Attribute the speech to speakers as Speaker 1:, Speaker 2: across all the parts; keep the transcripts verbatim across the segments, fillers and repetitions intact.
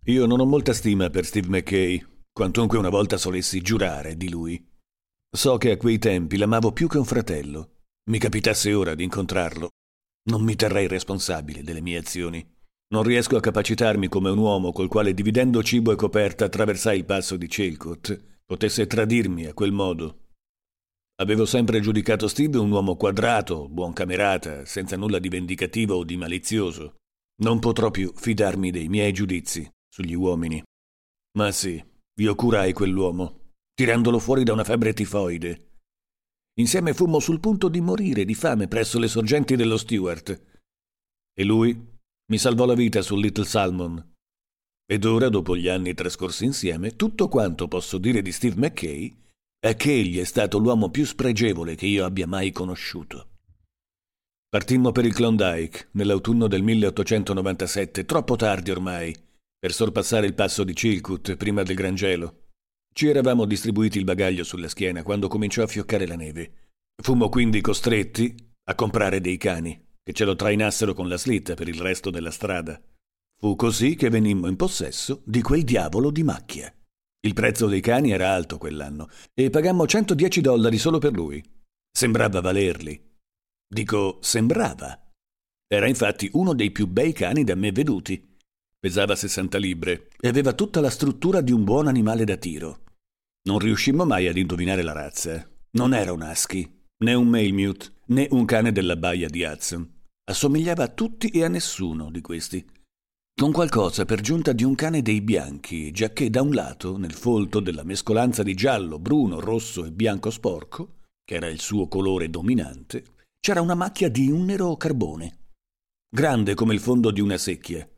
Speaker 1: Io non ho molta stima per Steve McKay, quantunque una volta solessi giurare di lui. So che a quei tempi l'amavo più che un fratello. Mi capitasse ora di incontrarlo, non mi terrei responsabile delle mie azioni. Non riesco a capacitarmi come un uomo col quale, dividendo cibo e coperta, attraversai il passo di Chilcoot, potesse tradirmi a quel modo. Avevo sempre giudicato Steve un uomo quadrato, buon camerata, senza nulla di vendicativo o di malizioso. Non potrò più fidarmi dei miei giudizi sugli uomini. Ma sì, io curai quell'uomo, tirandolo fuori da una febbre tifoide. Insieme fummo sul punto di morire di fame presso le sorgenti dello Stewart. E lui mi salvò la vita sul Little Salmon. Ed ora, dopo gli anni trascorsi insieme, tutto quanto posso dire di Steve McKay è che egli è stato l'uomo più spregevole che io abbia mai conosciuto. Partimmo per il Klondike nell'autunno del milleottocentonovantasette, troppo tardi ormai, per sorpassare il passo di Chilcoot prima del gran gelo. Ci eravamo distribuiti il bagaglio sulla schiena quando cominciò a fioccare la neve. Fummo quindi costretti a comprare dei cani che ce lo trainassero con la slitta per il resto della strada. Fu così che venimmo in possesso di quel diavolo di macchia. Il prezzo dei cani era alto quell'anno e pagammo centodieci dollari solo per lui. Sembrava valerli. Dico sembrava. Era infatti uno dei più bei cani da me veduti. Pesava sessanta libbre e aveva tutta la struttura di un buon animale da tiro. Non riuscimmo mai ad indovinare la razza. Non era un husky, né un Malamute, né un cane della baia di Hudson. Assomigliava a tutti e a nessuno di questi. Con qualcosa per giunta di un cane dei bianchi, giacché da un lato, nel folto della mescolanza di giallo, bruno, rosso e bianco sporco, che era il suo colore dominante, c'era una macchia di un nero carbone, grande come il fondo di una secchia.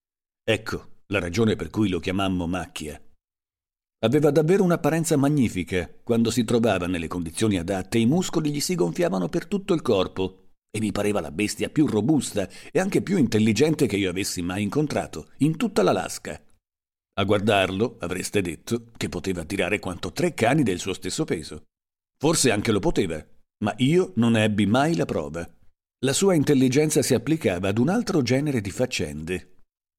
Speaker 1: Ecco la ragione per cui lo chiamammo macchia. Aveva davvero un'apparenza magnifica. Quando si trovava nelle condizioni adatte, i muscoli gli si gonfiavano per tutto il corpo e mi pareva la bestia più robusta e anche più intelligente che io avessi mai incontrato in tutta l'Alaska. A guardarlo avreste detto che poteva tirare quanto tre cani del suo stesso peso. Forse anche lo poteva, ma io non ebbi mai la prova. La sua intelligenza si applicava ad un altro genere di faccende.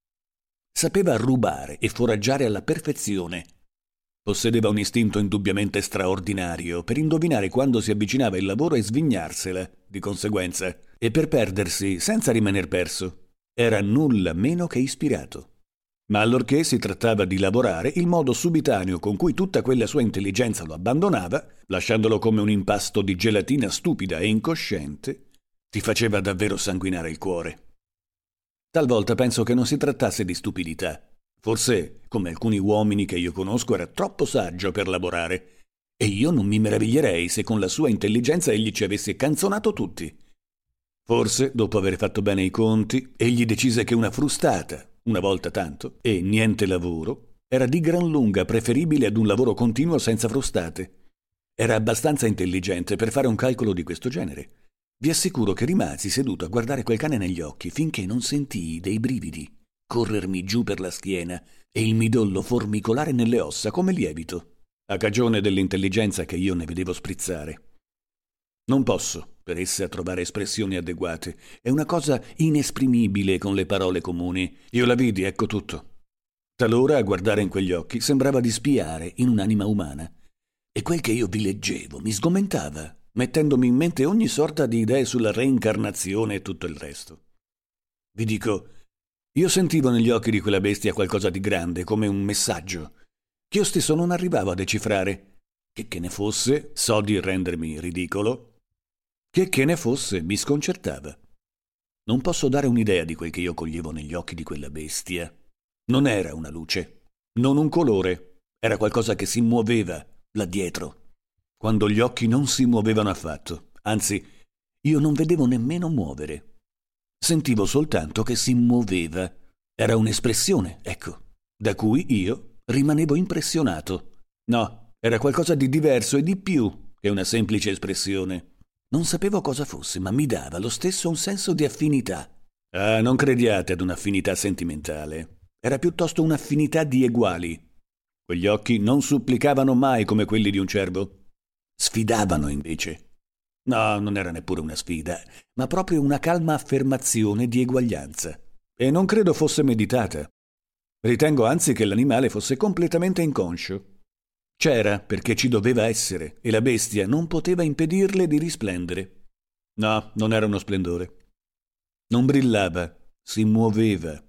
Speaker 1: Sapeva rubare e foraggiare alla perfezione. Possedeva un istinto indubbiamente straordinario per indovinare quando si avvicinava il lavoro e svignarsela, di conseguenza, e per perdersi senza rimaner perso. Era nulla meno che ispirato. Ma allorché si trattava di lavorare, il modo subitaneo con cui tutta quella sua intelligenza lo abbandonava, lasciandolo come un impasto di gelatina stupida e incosciente, ti faceva davvero sanguinare il cuore. Talvolta penso che non si trattasse di stupidità. Forse, come alcuni uomini che io conosco, era troppo saggio per lavorare, e io non mi meraviglierei se con la sua intelligenza egli ci avesse canzonato tutti. Forse, dopo aver fatto bene i conti, egli decise che una frustata, una volta tanto, e niente lavoro, era di gran lunga preferibile ad un lavoro continuo senza frustate. Era abbastanza intelligente per fare un calcolo di questo genere. Vi assicuro che rimasi seduto a guardare quel cane negli occhi finché non sentii dei brividi corrermi giù per la schiena e il midollo formicolare nelle ossa come lievito, a cagione dell'intelligenza che io ne vedevo sprizzare. Non posso per essa trovare espressioni adeguate. È una cosa inesprimibile con le parole comuni. Io la vidi, ecco tutto. Talora, a guardare in quegli occhi, sembrava di spiare in un'anima umana. E quel che io vi leggevo mi sgomentava, mettendomi in mente ogni sorta di idee sulla reincarnazione e tutto il resto. Vi dico, io sentivo negli occhi di quella bestia qualcosa di grande, come un messaggio, che io stesso non arrivavo a decifrare. Che che ne fosse, so di rendermi ridicolo, che che ne fosse mi sconcertava. Non posso dare un'idea di quel che io coglievo negli occhi di quella bestia. Non era una luce, non un colore, era qualcosa che si muoveva là dietro, quando gli occhi non si muovevano affatto, anzi, io non vedevo nemmeno muovere. Sentivo soltanto che si muoveva. Era un'espressione, ecco, da cui io rimanevo impressionato. No, era qualcosa di diverso e di più che una semplice espressione. Non sapevo cosa fosse, ma mi dava lo stesso un senso di affinità. Ah, non crediate ad un'affinità sentimentale. Era piuttosto un'affinità di eguali. Quegli occhi non supplicavano mai come quelli di un cervo. Sfidavano invece. No, non era neppure una sfida, ma proprio una calma affermazione di eguaglianza. E non credo fosse meditata. Ritengo anzi che l'animale fosse completamente inconscio. C'era perché ci doveva essere e la bestia non poteva impedirle di risplendere. No, non era uno splendore. Non brillava, si muoveva.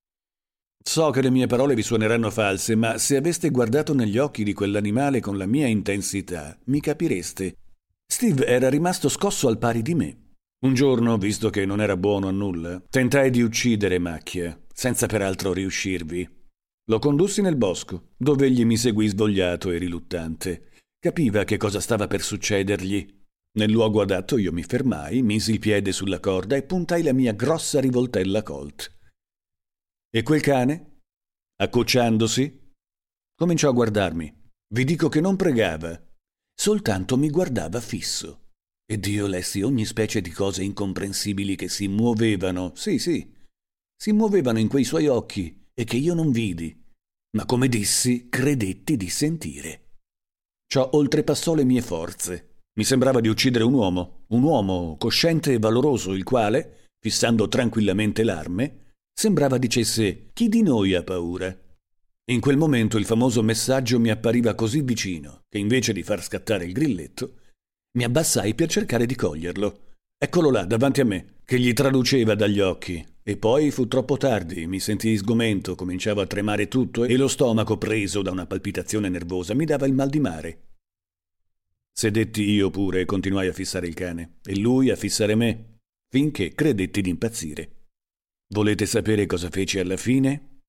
Speaker 1: So che le mie parole vi suoneranno false, ma se aveste guardato negli occhi di quell'animale con la mia intensità, mi capireste. Steve era rimasto scosso al pari di me. Un giorno, visto che non era buono a nulla, tentai di uccidere Macchia, senza peraltro riuscirvi. Lo condussi nel bosco, dove egli mi seguì svogliato e riluttante. Capiva che cosa stava per succedergli. Nel luogo adatto io mi fermai, misi il piede sulla corda e puntai la mia grossa rivoltella Colt. E quel cane, accocciandosi, cominciò a guardarmi. Vi dico che non pregava, soltanto mi guardava fisso. Ed io lessi ogni specie di cose incomprensibili che si muovevano, sì, sì, si muovevano in quei suoi occhi e che io non vidi, ma come dissi, credetti di sentire. Ciò oltrepassò le mie forze. Mi sembrava di uccidere un uomo, un uomo cosciente e valoroso, il quale, fissando tranquillamente l'arme, sembrava dicesse: chi di noi ha paura? In quel momento il famoso messaggio mi appariva così vicino che invece di far scattare il grilletto, mi abbassai per cercare di coglierlo. Eccolo là, davanti a me, che gli traduceva dagli occhi. E poi fu troppo tardi, mi sentii sgomento, cominciava a tremare tutto e lo stomaco, preso da una palpitazione nervosa, mi dava il mal di mare. Sedetti io pure e continuai a fissare il cane, e lui a fissare me, finché credetti di impazzire. Volete sapere cosa feci alla fine?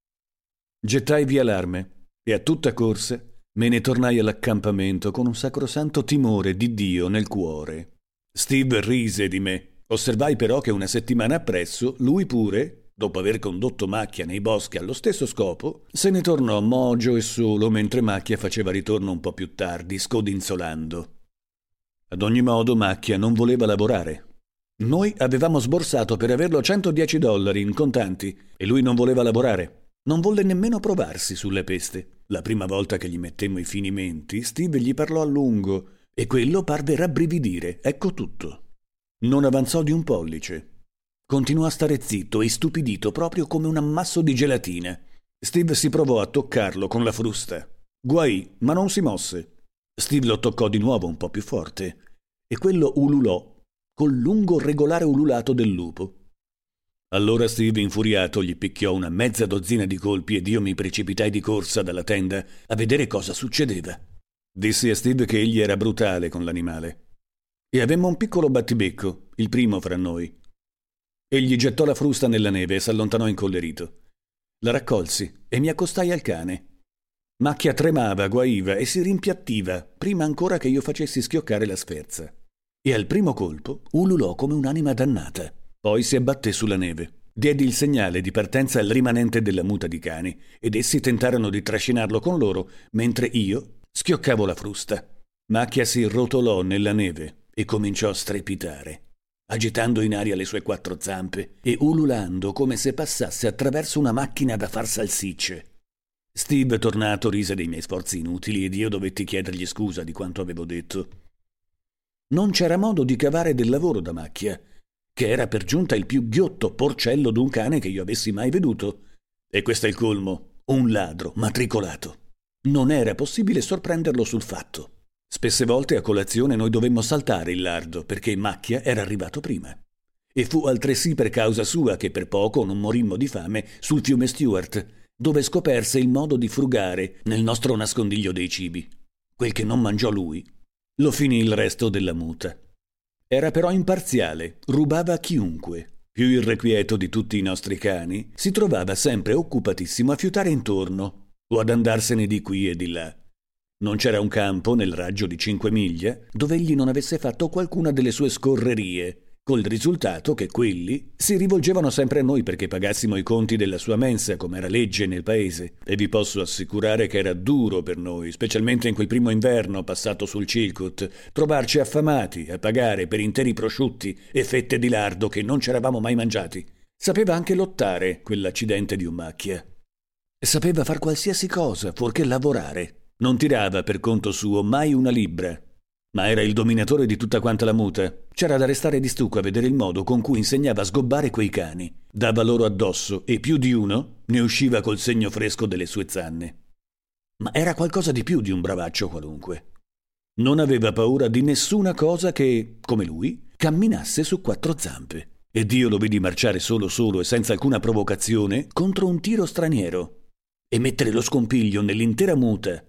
Speaker 1: Gettai via l'arme e a tutta corsa me ne tornai all'accampamento con un sacrosanto timore di Dio nel cuore. Steve rise di me. Osservai però che una settimana appresso lui pure, dopo aver condotto Macchia nei boschi allo stesso scopo, se ne tornò mogio e solo mentre Macchia faceva ritorno un po' più tardi, scodinzolando. Ad ogni modo Macchia non voleva lavorare. Noi avevamo sborsato per averlo centodieci dollari in contanti e lui non voleva lavorare. Non volle nemmeno provarsi sulle peste. La prima volta che gli mettemmo i finimenti, Steve gli parlò a lungo e quello parve rabbrividire, ecco tutto. Non avanzò di un pollice. Continuò a stare zitto e stupidito proprio come un ammasso di gelatina. Steve si provò a toccarlo con la frusta. Guaì, ma non si mosse. Steve lo toccò di nuovo un po' più forte e quello ululò col lungo regolare ululato del lupo. Allora Steve, infuriato, gli picchiò una mezza dozzina di colpi ed io mi precipitai di corsa dalla tenda a vedere cosa succedeva. Dissi a Steve che egli era brutale con l'animale. E avemmo un piccolo battibecco, il primo fra noi. Egli gettò la frusta nella neve e s'allontanò incollerito. La raccolsi e mi accostai al cane. Macchia tremava, guaiva e si rimpiattiva prima ancora che io facessi schioccare la sferza. E al primo colpo ululò come un'anima dannata. Poi si abbatté sulla neve. Diedi il segnale di partenza al rimanente della muta di cani ed essi tentarono di trascinarlo con loro mentre io schioccavo la frusta. Macchia si rotolò nella neve e cominciò a strepitare, agitando in aria le sue quattro zampe e ululando come se passasse attraverso una macchina da far salsicce. Steve, tornato, rise dei miei sforzi inutili ed io dovetti chiedergli scusa di quanto avevo detto. Non c'era modo di cavare del lavoro da Macchia, che era per giunta il più ghiotto porcello d'un cane che io avessi mai veduto. E questo è il colmo, un ladro matricolato. Non era possibile sorprenderlo sul fatto. Spesse volte a colazione noi dovemmo saltare il lardo perché Macchia era arrivato prima. E fu altresì per causa sua che per poco non morimmo di fame sul fiume Stewart, dove scoperse il modo di frugare nel nostro nascondiglio dei cibi. Quel che non mangiò lui lo finì il resto della muta. Era però imparziale, rubava a chiunque. Più irrequieto di tutti i nostri cani, si trovava sempre occupatissimo a fiutare intorno o ad andarsene di qui e di là. Non c'era un campo nel raggio di cinque miglia dove egli non avesse fatto qualcuna delle sue scorrerie, col risultato che quelli si rivolgevano sempre a noi perché pagassimo i conti della sua mensa, come era legge nel paese. E vi posso assicurare che era duro per noi, specialmente in quel primo inverno passato sul Chilcoot, trovarci affamati a pagare per interi prosciutti e fette di lardo che non c'eravamo mai mangiati. Sapeva anche lottare, quell'accidente di un Macchia. Sapeva far qualsiasi cosa, fuorché lavorare. Non tirava per conto suo mai una libbra. Ma era il dominatore di tutta quanta la muta. C'era da restare di stucco a vedere il modo con cui insegnava a sgobbare quei cani. Dava loro addosso e più di uno ne usciva col segno fresco delle sue zanne. Ma era qualcosa di più di un bravaccio qualunque. Non aveva paura di nessuna cosa che, come lui, camminasse su quattro zampe. E Dio lo vidi marciare solo solo e senza alcuna provocazione contro un tiro straniero e mettere lo scompiglio nell'intera muta.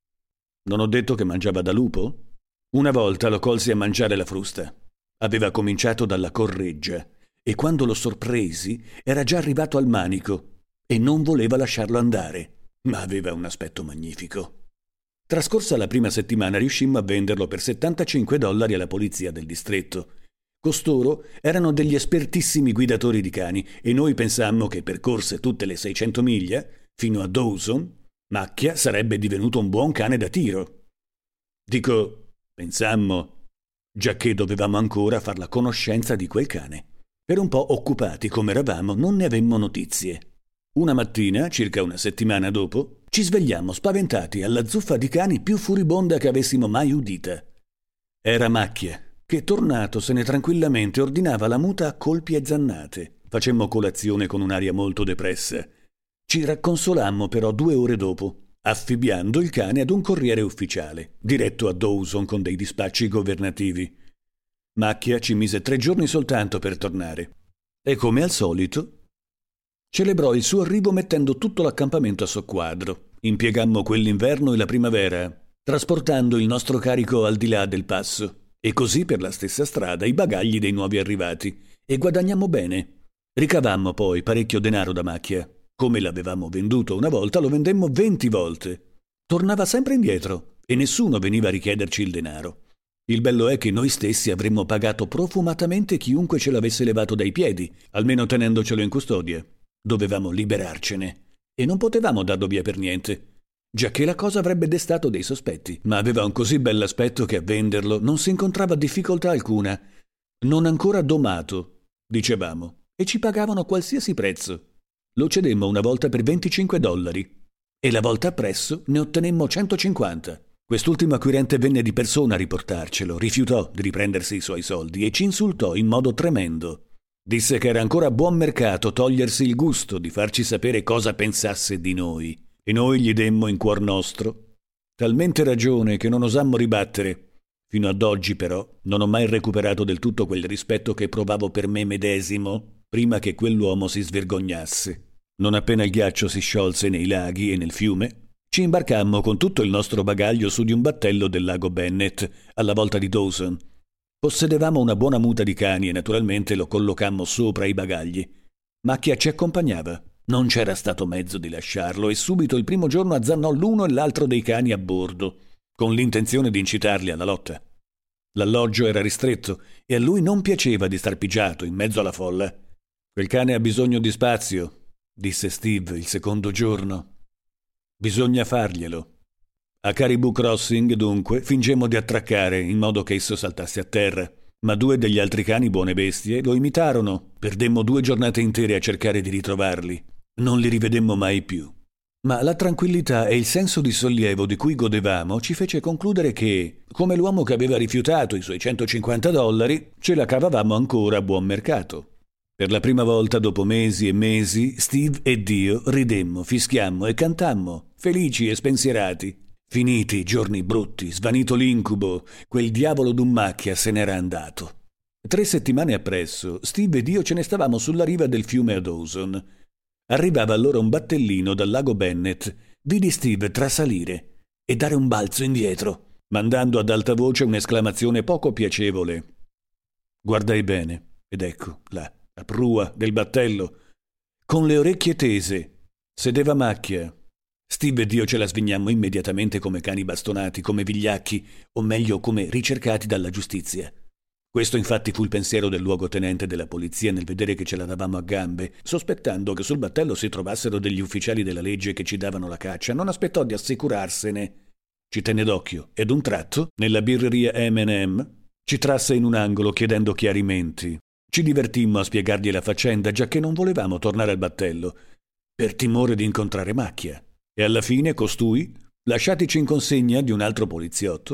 Speaker 1: Non ho detto che mangiava da lupo? Una volta lo colsi a mangiare la frusta. Aveva cominciato dalla correggia e quando lo sorpresi era già arrivato al manico e non voleva lasciarlo andare, ma aveva un aspetto magnifico. Trascorsa la prima settimana riuscimmo a venderlo per settantacinque dollari alla polizia del distretto. Costoro erano degli espertissimi guidatori di cani e noi pensammo che percorse tutte le seicento miglia fino a Dawson, Macchia sarebbe divenuto un buon cane da tiro. Dico... Pensammo, giacché dovevamo ancora far la conoscenza di quel cane. Per un po' occupati come eravamo, non ne avemmo notizie. Una mattina, circa una settimana dopo, ci svegliamo spaventati alla zuffa di cani più furibonda che avessimo mai udita. Era Macchia, che tornatosene tranquillamente ordinava la muta a colpi e zannate. Facemmo colazione con un'aria molto depressa. Ci racconsolammo però due ore dopo, affibbiando il cane ad un corriere ufficiale, diretto a Dawson con dei dispacci governativi. Macchia ci mise tre giorni soltanto per tornare. E come al solito, celebrò il suo arrivo mettendo tutto l'accampamento a soqquadro. Impiegammo quell'inverno e la primavera, trasportando il nostro carico al di là del passo, e così per la stessa strada i bagagli dei nuovi arrivati, e guadagnammo bene. Ricavammo poi parecchio denaro da Macchia. Come l'avevamo venduto una volta, lo vendemmo venti volte. Tornava sempre indietro e nessuno veniva a richiederci il denaro. Il bello è che noi stessi avremmo pagato profumatamente chiunque ce l'avesse levato dai piedi, almeno tenendocelo in custodia. Dovevamo liberarcene e non potevamo darlo via per niente, giacché la cosa avrebbe destato dei sospetti, ma aveva un così bell'aspetto che a venderlo non si incontrava difficoltà alcuna. Non ancora domato, dicevamo, e ci pagavano qualsiasi prezzo. Lo cedemmo una volta per venticinque dollari e la volta appresso ne ottenemmo centocinquanta. Quest'ultimo acquirente venne di persona a riportarcelo, rifiutò di riprendersi i suoi soldi e ci insultò in modo tremendo. Disse che era ancora a buon mercato togliersi il gusto di farci sapere cosa pensasse di noi, e noi gli demmo in cuor nostro talmente ragione che non osammo ribattere. Fino ad oggi però non ho mai recuperato del tutto quel rispetto che provavo per me medesimo prima che quell'uomo si svergognasse. Non appena il ghiaccio si sciolse nei laghi e nel fiume, ci imbarcammo con tutto il nostro bagaglio su di un battello del lago Bennett, alla volta di Dawson. Possedevamo una buona muta di cani e naturalmente lo collocammo sopra i bagagli. Macchia ci accompagnava. Non c'era stato mezzo di lasciarlo e subito il primo giorno azzannò l'uno e l'altro dei cani a bordo, con l'intenzione di incitarli alla lotta. L'alloggio era ristretto e a lui non piaceva di star pigiato in mezzo alla folla. «Quel cane ha bisogno di spazio», disse Steve il secondo giorno. «Bisogna farglielo». A Caribou Crossing, dunque, fingemmo di attraccare in modo che esso saltasse a terra, ma due degli altri cani buone bestie lo imitarono. Perdemmo due giornate intere a cercare di ritrovarli. Non li rivedemmo mai più. Ma la tranquillità e il senso di sollievo di cui godevamo ci fece concludere che, come l'uomo che aveva rifiutato i suoi centocinquanta dollari, ce la cavavamo ancora a buon mercato. Per la prima volta dopo mesi e mesi, Steve ed io ridemmo, fischiammo e cantammo, felici e spensierati. Finiti i giorni brutti, svanito l'incubo, quel diavolo d'un Macchia se n'era andato. Tre settimane appresso, Steve ed io ce ne stavamo sulla riva del fiume a Dawson. Arrivava allora un battellino dal lago Bennett. Vidi Steve trasalire e dare un balzo indietro, mandando ad alta voce un'esclamazione poco piacevole. Guardai bene, ed ecco, là, a prua del battello, con le orecchie tese, sedeva Macchia. Steve ed io ce la svignammo immediatamente come cani bastonati, come vigliacchi, o meglio come ricercati dalla giustizia. Questo infatti fu il pensiero del luogotenente della polizia nel vedere che ce la davamo a gambe, sospettando che sul battello si trovassero degli ufficiali della legge che ci davano la caccia. Non aspettò di assicurarsene. Ci tenne d'occhio ed un tratto, nella birreria emme e emme, ci trasse in un angolo chiedendo chiarimenti. Ci divertimmo a spiegargli la faccenda, giacché non volevamo tornare al battello, per timore di incontrare Macchia. E alla fine costui, lasciatici in consegna di un altro poliziotto,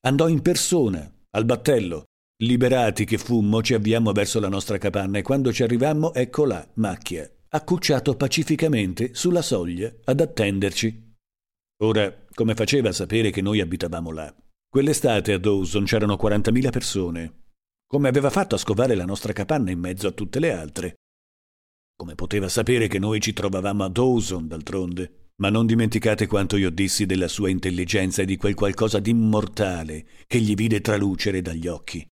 Speaker 1: Andò in persona, al battello. Liberati che fummo, ci avviammo verso la nostra capanna e quando ci arrivammo, ecco là, Macchia, accucciato pacificamente sulla soglia ad attenderci. Ora, come faceva a sapere che noi abitavamo là? Quell'estate a Dawson c'erano quarantamila persone. Come aveva fatto a scovare la nostra capanna in mezzo a tutte le altre? Come poteva sapere che noi ci trovavamo a Dawson, d'altronde? Ma non dimenticate quanto io dissi della sua intelligenza e di quel qualcosa di immortale che gli vide tralucere dagli occhi.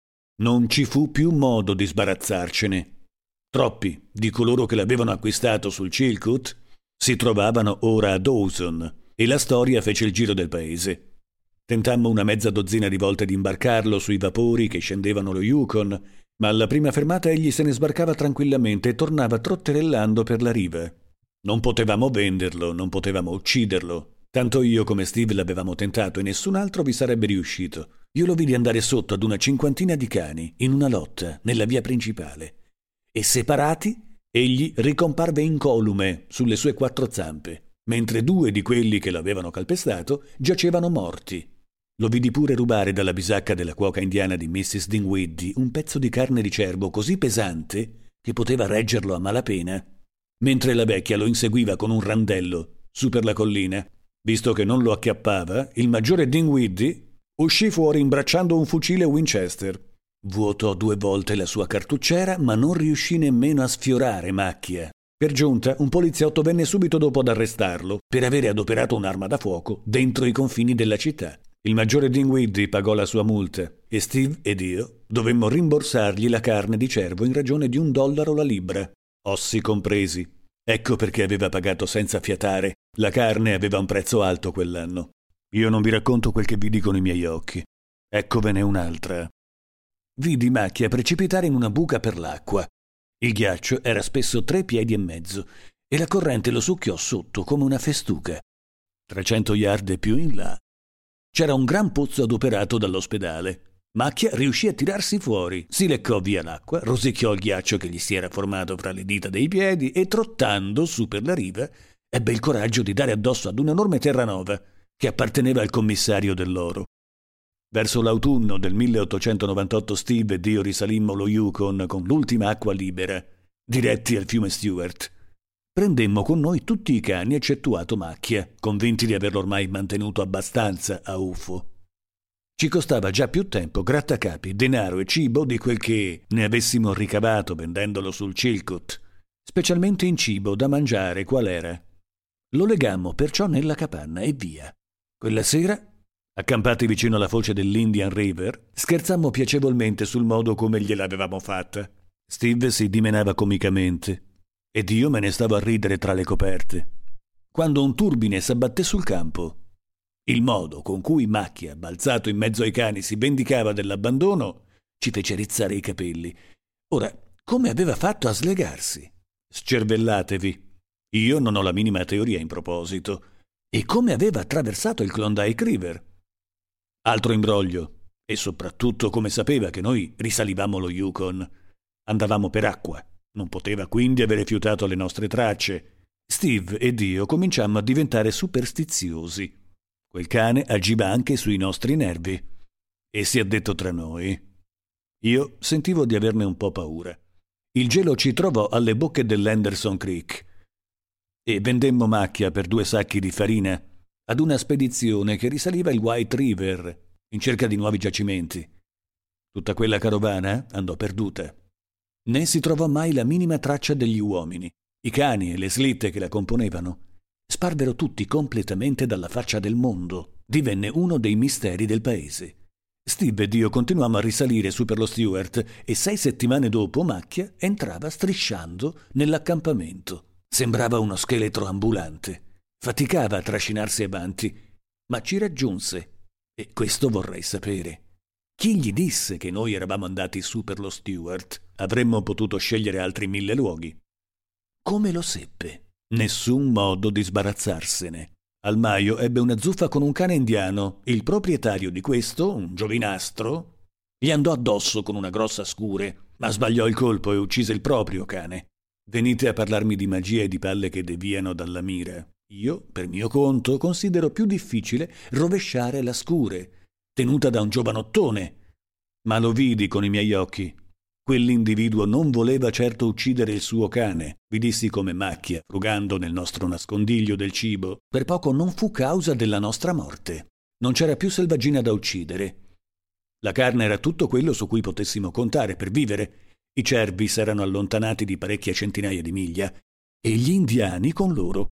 Speaker 1: Non ci fu più modo di sbarazzarcene. Troppi di coloro che l'avevano acquistato sul Chilcoot si trovavano ora a Dawson e la storia fece il giro del paese. Tentammo una mezza dozzina di volte di imbarcarlo sui vapori che scendevano lo Yukon, ma alla prima fermata egli se ne sbarcava tranquillamente e tornava trotterellando per la riva. Non potevamo venderlo, non potevamo ucciderlo. Tanto io come Steve l'avevamo tentato e nessun altro vi sarebbe riuscito. Io lo vidi andare sotto ad una cinquantina di cani in una lotta nella via principale. E separati, egli ricomparve incolume sulle sue quattro zampe, mentre due di quelli che l'avevano calpestato giacevano morti. Lo vidi pure rubare dalla bisacca della cuoca indiana di missus Dinwiddie un pezzo di carne di cervo così pesante che poteva reggerlo a malapena, mentre la vecchia lo inseguiva con un randello su per la collina. Visto che non lo acchiappava, il maggiore Dinwiddie uscì fuori imbracciando un fucile Winchester. Vuotò due volte la sua cartucciera, ma non riuscì nemmeno a sfiorare Macchia. Per giunta, un poliziotto venne subito dopo ad arrestarlo per avere adoperato un'arma da fuoco dentro i confini della città. Il maggiore Dinwiddie pagò la sua multa e Steve ed io dovemmo rimborsargli la carne di cervo in ragione di un dollaro la libra, ossi compresi. Ecco perché aveva pagato senza fiatare. La carne aveva un prezzo alto quell'anno. Io non vi racconto quel che vidi con i miei occhi. Eccovene un'altra. Vidi Macchia precipitare in una buca per l'acqua. Il ghiaccio era spesso tre piedi e mezzo e la corrente lo succhiò sotto come una festuca. Trecento yard più in là c'era un gran pozzo adoperato dall'ospedale. Macchia riuscì a tirarsi fuori, si leccò via l'acqua, rosicchiò il ghiaccio che gli si era formato fra le dita dei piedi e, trottando su per la riva, ebbe il coraggio di dare addosso ad un'enorme terranova che apparteneva al commissario dell'oro. Verso l'autunno del milleottocentonovantotto Steve ed io risalimmo lo Yukon con l'ultima acqua libera, diretti al fiume Stewart. Prendemmo con noi tutti i cani eccettuato Macchia, convinti di averlo ormai mantenuto abbastanza a uffo. Ci costava già più tempo, grattacapi, denaro e cibo di quel che ne avessimo ricavato vendendolo sul Chilcoot, specialmente in cibo da mangiare qual era. Lo legammo perciò nella capanna e via. Quella sera, accampati vicino alla foce dell'Indian River, scherzammo piacevolmente sul modo come gliel'avevamo fatta. Steve si dimenava comicamente ed io me ne stavo a ridere tra le coperte, quando un turbine s'abbatté sul campo. Il modo con cui Macchia, balzato in mezzo ai cani, si vendicava dell'abbandono ci fece rizzare i capelli. Ora, come aveva fatto a slegarsi? Scervellatevi. Io non ho la minima teoria in proposito. E come aveva attraversato il Klondike River? Altro imbroglio. E soprattutto come sapeva che noi risalivamo lo Yukon. Andavamo per acqua. Non poteva quindi avere fiutato le nostre tracce. Steve ed io cominciammo a diventare superstiziosi. Quel cane agiva anche sui nostri nervi. E si è detto tra noi. Io sentivo di averne un po' paura. Il gelo ci trovò alle bocche dell'Henderson Creek e vendemmo Macchia per due sacchi di farina ad una spedizione che risaliva il White River in cerca di nuovi giacimenti. Tutta quella carovana andò perduta. Né si trovò mai la minima traccia degli uomini. I cani e le slitte che la componevano sparvero tutti completamente dalla faccia del mondo. Divenne uno dei misteri del paese. Steve ed io continuammo a risalire su per lo Stewart e sei settimane dopo Macchia entrava strisciando nell'accampamento. Sembrava uno scheletro ambulante. Faticava a trascinarsi avanti, ma ci raggiunse. E questo vorrei sapere. Chi gli disse che noi eravamo andati su per lo Stewart? Avremmo potuto scegliere altri mille luoghi. Come lo seppe? Nessun modo di sbarazzarsene. Al Maio ebbe una zuffa con un cane indiano. Il proprietario di questo, un giovinastro, gli andò addosso con una grossa scure, ma sbagliò il colpo e uccise il proprio cane. Venite a parlarmi di magia e di palle che deviano dalla mira. Io, per mio conto, considero più difficile rovesciare la scure tenuta da un giovanottone. Ma lo vidi con i miei occhi. Quell'individuo non voleva certo uccidere il suo cane. Vi dissi come Macchia, frugando nel nostro nascondiglio del cibo, per poco non fu causa della nostra morte. Non c'era più selvaggina da uccidere. La carne era tutto quello su cui potessimo contare per vivere. I cervi s'erano allontanati di parecchie centinaia di miglia e gli indiani con loro.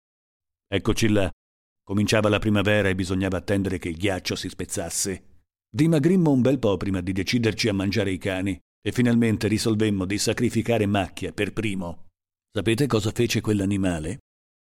Speaker 1: Eccoci là. Cominciava la primavera e bisognava attendere che il ghiaccio si spezzasse. Dimagrimmo un bel po' prima di deciderci a mangiare i cani e finalmente risolvemmo di sacrificare Macchia per primo. Sapete cosa fece quell'animale?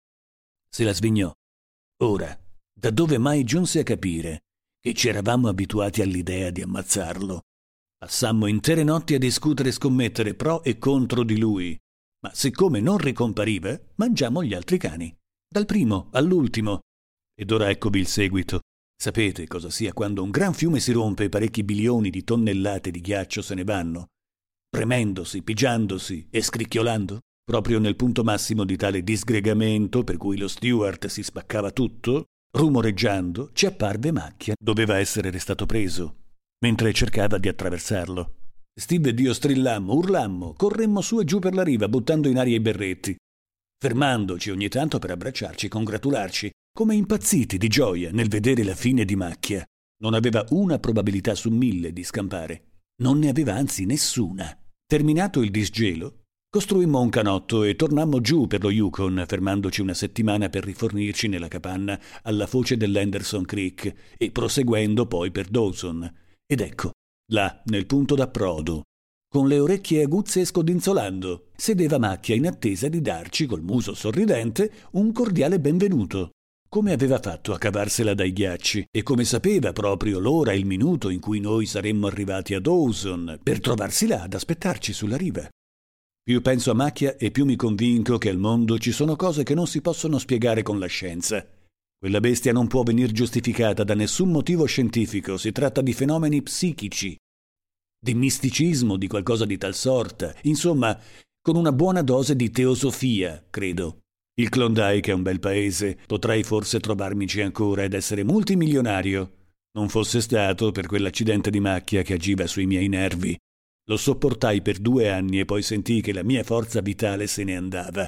Speaker 1: Se la svignò. Ora, da dove mai giunse a capire che ci eravamo abituati all'idea di ammazzarlo? Passammo intere notti a discutere e scommettere pro e contro di lui, ma siccome non ricompariva, mangiammo gli altri cani, dal primo all'ultimo. Ed ora eccovi il seguito. Sapete cosa sia quando un gran fiume si rompe e parecchi bilioni di tonnellate di ghiaccio se ne vanno, premendosi, pigiandosi e scricchiolando? Proprio nel punto massimo di tale disgregamento, per cui lo steward si spaccava tutto, rumoreggiando, ci apparve Macchia. Doveva essere restato preso, mentre cercava di attraversarlo. Steve ed io strillammo, urlammo, corremmo su e giù per la riva, buttando in aria i berretti, fermandoci ogni tanto per abbracciarci, congratularci, come impazziti di gioia nel vedere la fine di Macchia. Non aveva una probabilità su mille di scampare. Non ne aveva anzi nessuna. Terminato il disgelo, costruimmo un canotto e tornammo giù per lo Yukon, fermandoci una settimana per rifornirci nella capanna alla foce dell'Henderson Creek e proseguendo poi per Dawson. Ed ecco, là, nel punto d'approdo, con le orecchie aguzze e scodinzolando, sedeva Macchia in attesa di darci, col muso sorridente, un cordiale benvenuto. Come aveva fatto a cavarsela dai ghiacci e come sapeva proprio l'ora e il minuto in cui noi saremmo arrivati a Dawson per trovarsi là ad aspettarci sulla riva. Più penso a Macchia e più mi convinco che al mondo ci sono cose che non si possono spiegare con la scienza. Quella bestia non può venir giustificata da nessun motivo scientifico, si tratta di fenomeni psichici, di misticismo, di qualcosa di tal sorta, insomma, con una buona dose di teosofia, credo. Il Klondike è un bel paese, potrei forse trovarmici ancora ed essere multimilionario. Non fosse stato per quell'accidente di Macchia che agiva sui miei nervi. Lo sopportai per due anni e poi sentii che la mia forza vitale se ne andava.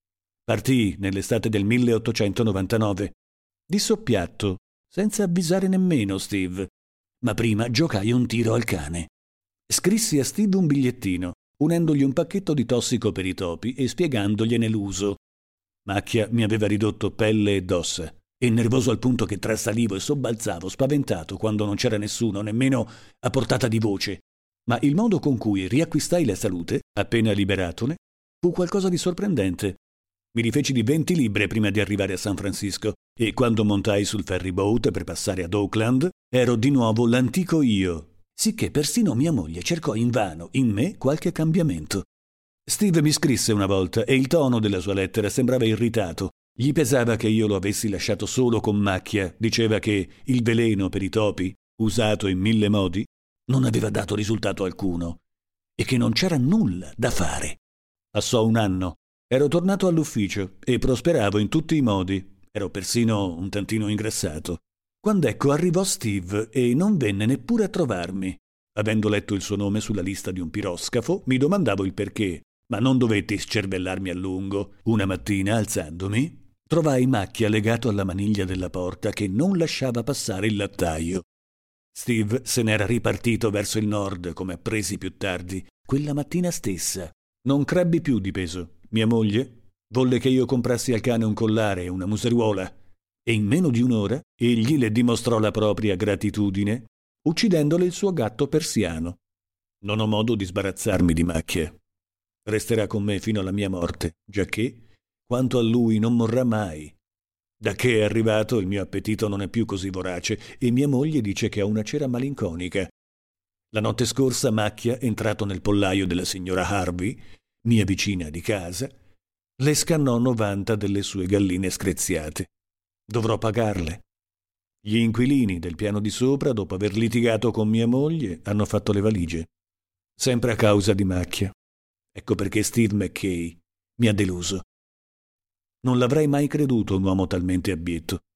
Speaker 1: Partii nell'estate del milleottocentonovantanove, di soppiatto, senza avvisare nemmeno Steve. Ma prima giocai un tiro al cane. Scrissi a Steve un bigliettino, unendogli un pacchetto di tossico per i topi e spiegandogliene l'uso. Macchia mi aveva ridotto pelle ed ossa, e nervoso al punto che trasalivo e sobbalzavo spaventato quando non c'era nessuno, nemmeno a portata di voce. Ma il modo con cui riacquistai la salute, appena liberatone, fu qualcosa di sorprendente. Mi rifeci di venti libbre prima di arrivare a San Francisco, e quando montai sul ferry boat per passare ad Oakland, ero di nuovo l'antico io, sicché persino mia moglie cercò invano in me qualche cambiamento. Steve mi scrisse una volta e il tono della sua lettera sembrava irritato. Gli pesava che io lo avessi lasciato solo con Macchia. Diceva che il veleno per i topi, usato in mille modi, non aveva dato risultato alcuno e che non c'era nulla da fare. Passò un anno. Ero tornato all'ufficio e prosperavo in tutti i modi. Ero persino un tantino ingrassato. Quand'ecco arrivò Steve e non venne neppure a trovarmi. Avendo letto il suo nome sulla lista di un piroscafo, mi domandavo il perché. Ma non dovetti scervellarmi a lungo. Una mattina, alzandomi, trovai Macchia legato alla maniglia della porta che non lasciava passare il lattaio. Steve se n'era ripartito verso il nord, come appresi più tardi, quella mattina stessa. Non crebbi più di peso. Mia moglie volle che io comprassi al cane un collare e una museruola, e in meno di un'ora egli le dimostrò la propria gratitudine, uccidendole il suo gatto persiano. Non ho modo di sbarazzarmi di Macchia. Resterà con me fino alla mia morte, giacché, quanto a lui, non morrà mai. Da che è arrivato, il mio appetito non è più così vorace e mia moglie dice che ha una cera malinconica. La notte scorsa Macchia, entrato nel pollaio della signora Harvey, mia vicina di casa, le scannò novanta delle sue galline screziate. Dovrò pagarle. Gli inquilini del piano di sopra, dopo aver litigato con mia moglie, hanno fatto le valigie. Sempre a causa di Macchia. Ecco perché Steve McKay mi ha deluso. Non l'avrei mai creduto un uomo talmente abietto.